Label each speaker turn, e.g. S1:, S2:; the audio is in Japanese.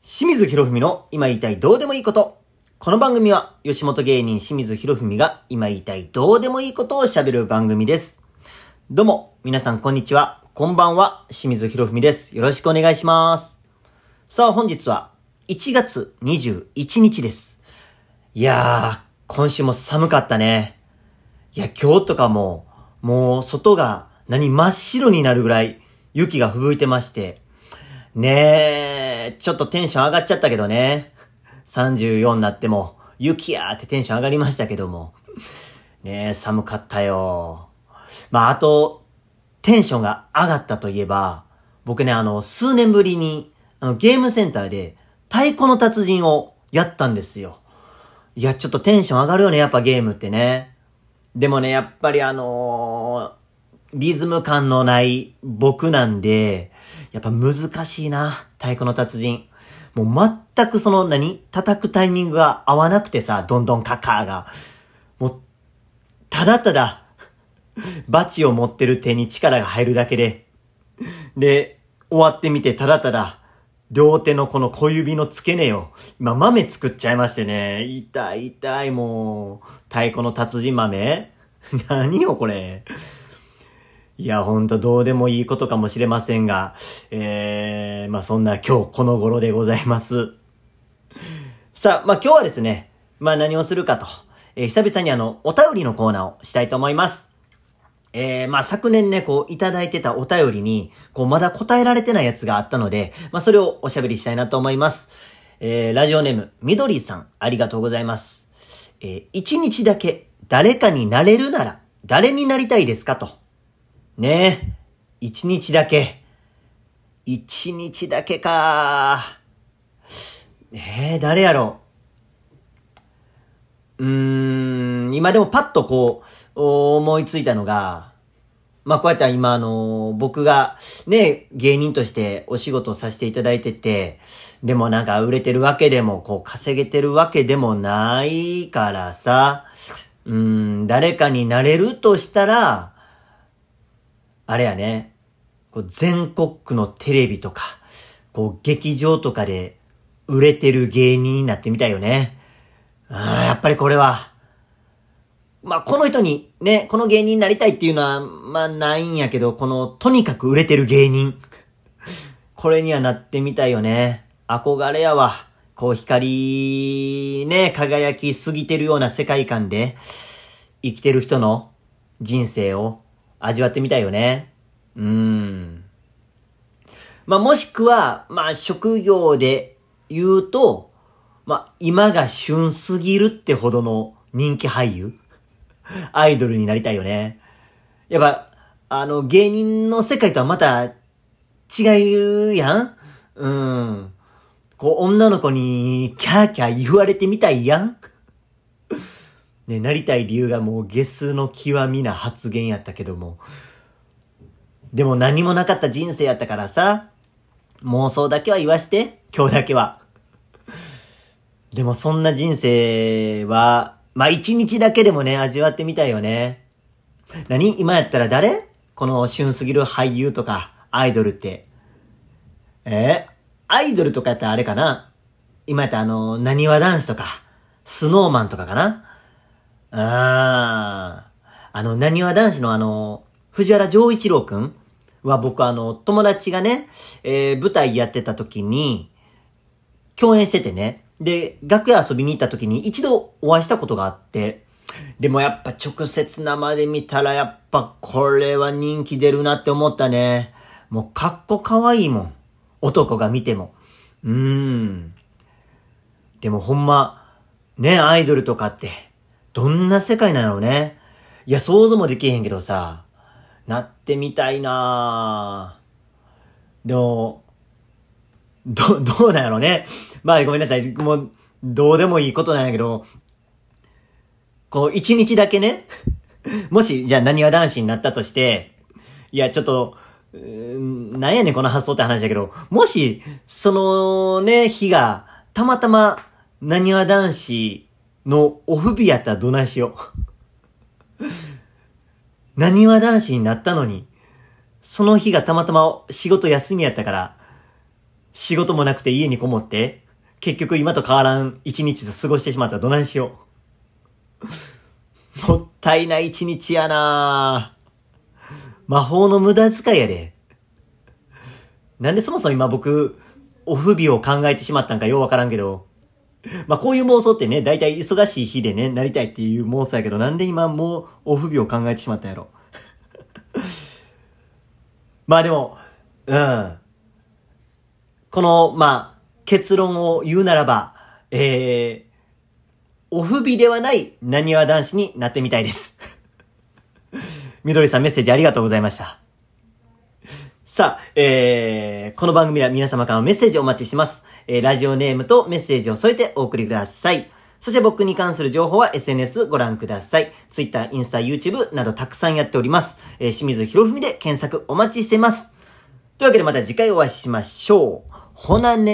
S1: 清水博文の今言いたいどうでもいいこと。この番組は吉本芸人清水博文が今言いたいどうでもいいことを喋る番組です。どうも皆さんこんにちは、こんばんは、清水博文です。よろしくお願いします。さあ本日は1月21日です。いやー今週も寒かったね。いや今日とかも外が真っ白になるぐらい雪が吹雪いてましてねえ、ちょっとテンション上がっちゃったけどね。34になっても、雪やーってテンション上がりましたけども。ねえ、寒かったよ。あと、テンションが上がったといえば、僕ね、数年ぶりに、ゲームセンターで、太鼓の達人をやったんですよ。いや、ちょっとテンション上がるよね、やっぱゲームってね。でもね、やっぱりリズム感のない僕なんで、やっぱ難しいな、太鼓の達人。もう全く叩くタイミングが合わなくてさ、どんどんカカーが。もう、ただただ、バチを持ってる手に力が入るだけで。で、終わってみてただただ、両手のこの小指の付け根を、今豆作っちゃいましてね。痛い、もう。太鼓の達人豆何よこれ。いや、ほんとどうでもいいことかもしれませんが、そんな今日この頃でございます。さあ、今日はですね、何をするかと、久々にお便りのコーナーをしたいと思います。昨年ね、いただいてたお便りに、まだ答えられてないやつがあったので、それをおしゃべりしたいなと思います。ラジオネーム、みどりさん、ありがとうございます。一日だけ誰かになれるなら、誰になりたいですかと。ねえ、一日だけか。誰やろう。今でもパッと思いついたのが、こうやって今僕がね、芸人としてお仕事をさせていただいてて、でも売れてるわけでも、稼げてるわけでもないからさ、誰かになれるとしたら、あれやね、全国区のテレビとか、劇場とかで売れてる芸人になってみたいよね。やっぱりこれは、この人にね、この芸人になりたいっていうのは、ないんやけど、とにかく売れてる芸人。これにはなってみたいよね。憧れやわ。光、ね、輝きすぎてるような世界観で、生きてる人の人生を味わってみたいよね。もしくは、職業で言うと、今が旬すぎるってほどの人気俳優アイドルになりたいよね。やっぱ、芸人の世界とはまた違うやん。女の子にキャーキャー言われてみたいやん。ね、なりたい理由がもうゲスの極みな発言やったけども。でも何もなかった人生やったからさ、妄想だけは言わして、今日だけは。でもそんな人生は、一日だけでもね、味わってみたいよね。今やったら誰？この旬すぎる俳優とか、アイドルって。アイドルとかやったらあれかな？今やったらなにわ男子とか、スノーマンとかかな？なにわ男子の藤原丈一郎くんは僕友達がね、舞台やってた時に、共演しててね。で、楽屋遊びに行った時に一度お会いしたことがあって、でもやっぱ直接生で見たらやっぱこれは人気出るなって思ったね。もうかっこかわいいもん。男が見ても。でもほんま、ね、アイドルとかって、どんな世界なのね。いや、想像もできへんけどさ、なってみたいなぁ。でも、どうなんやろね。ごめんなさい。もう、どうでもいいことなんやけど、一日だけね、もし、じゃあ何わ男子になったとして、いや、ちょっと、なんやねんこの発想って話だけど、もし、そのね、日が、たまたま、何わ男子のオフ日やったらどないしよう。何わ男子になったのに、その日がたまたま仕事休みやったから、 仕事もなくて家にこもって、結局今と変わらん一日と過ごしてしまったらどないしよう。もったいない一日やな魔法の無駄遣いやで。なんでそもそも今僕、オフ日を考えてしまったんかようわからんけど、まあこういう妄想ってね、だいたい忙しい日でね、なりたいっていう妄想やけど、なんで今もうオフ日を考えてしまったんやろ。まあでも、この、結論を言うならば、オフ日ではないなにわ男子になってみたいです。みどりさんメッセージありがとうございました。さあ、この番組では皆様からのメッセージをお待ちしてます。ラジオネームとメッセージを添えてお送りください。そして僕に関する情報は SNS ご覧ください。Twitter、インスタ、YouTube などたくさんやっております。清水博文で検索お待ちしてます。というわけでまた次回お会いしましょう。ほなね。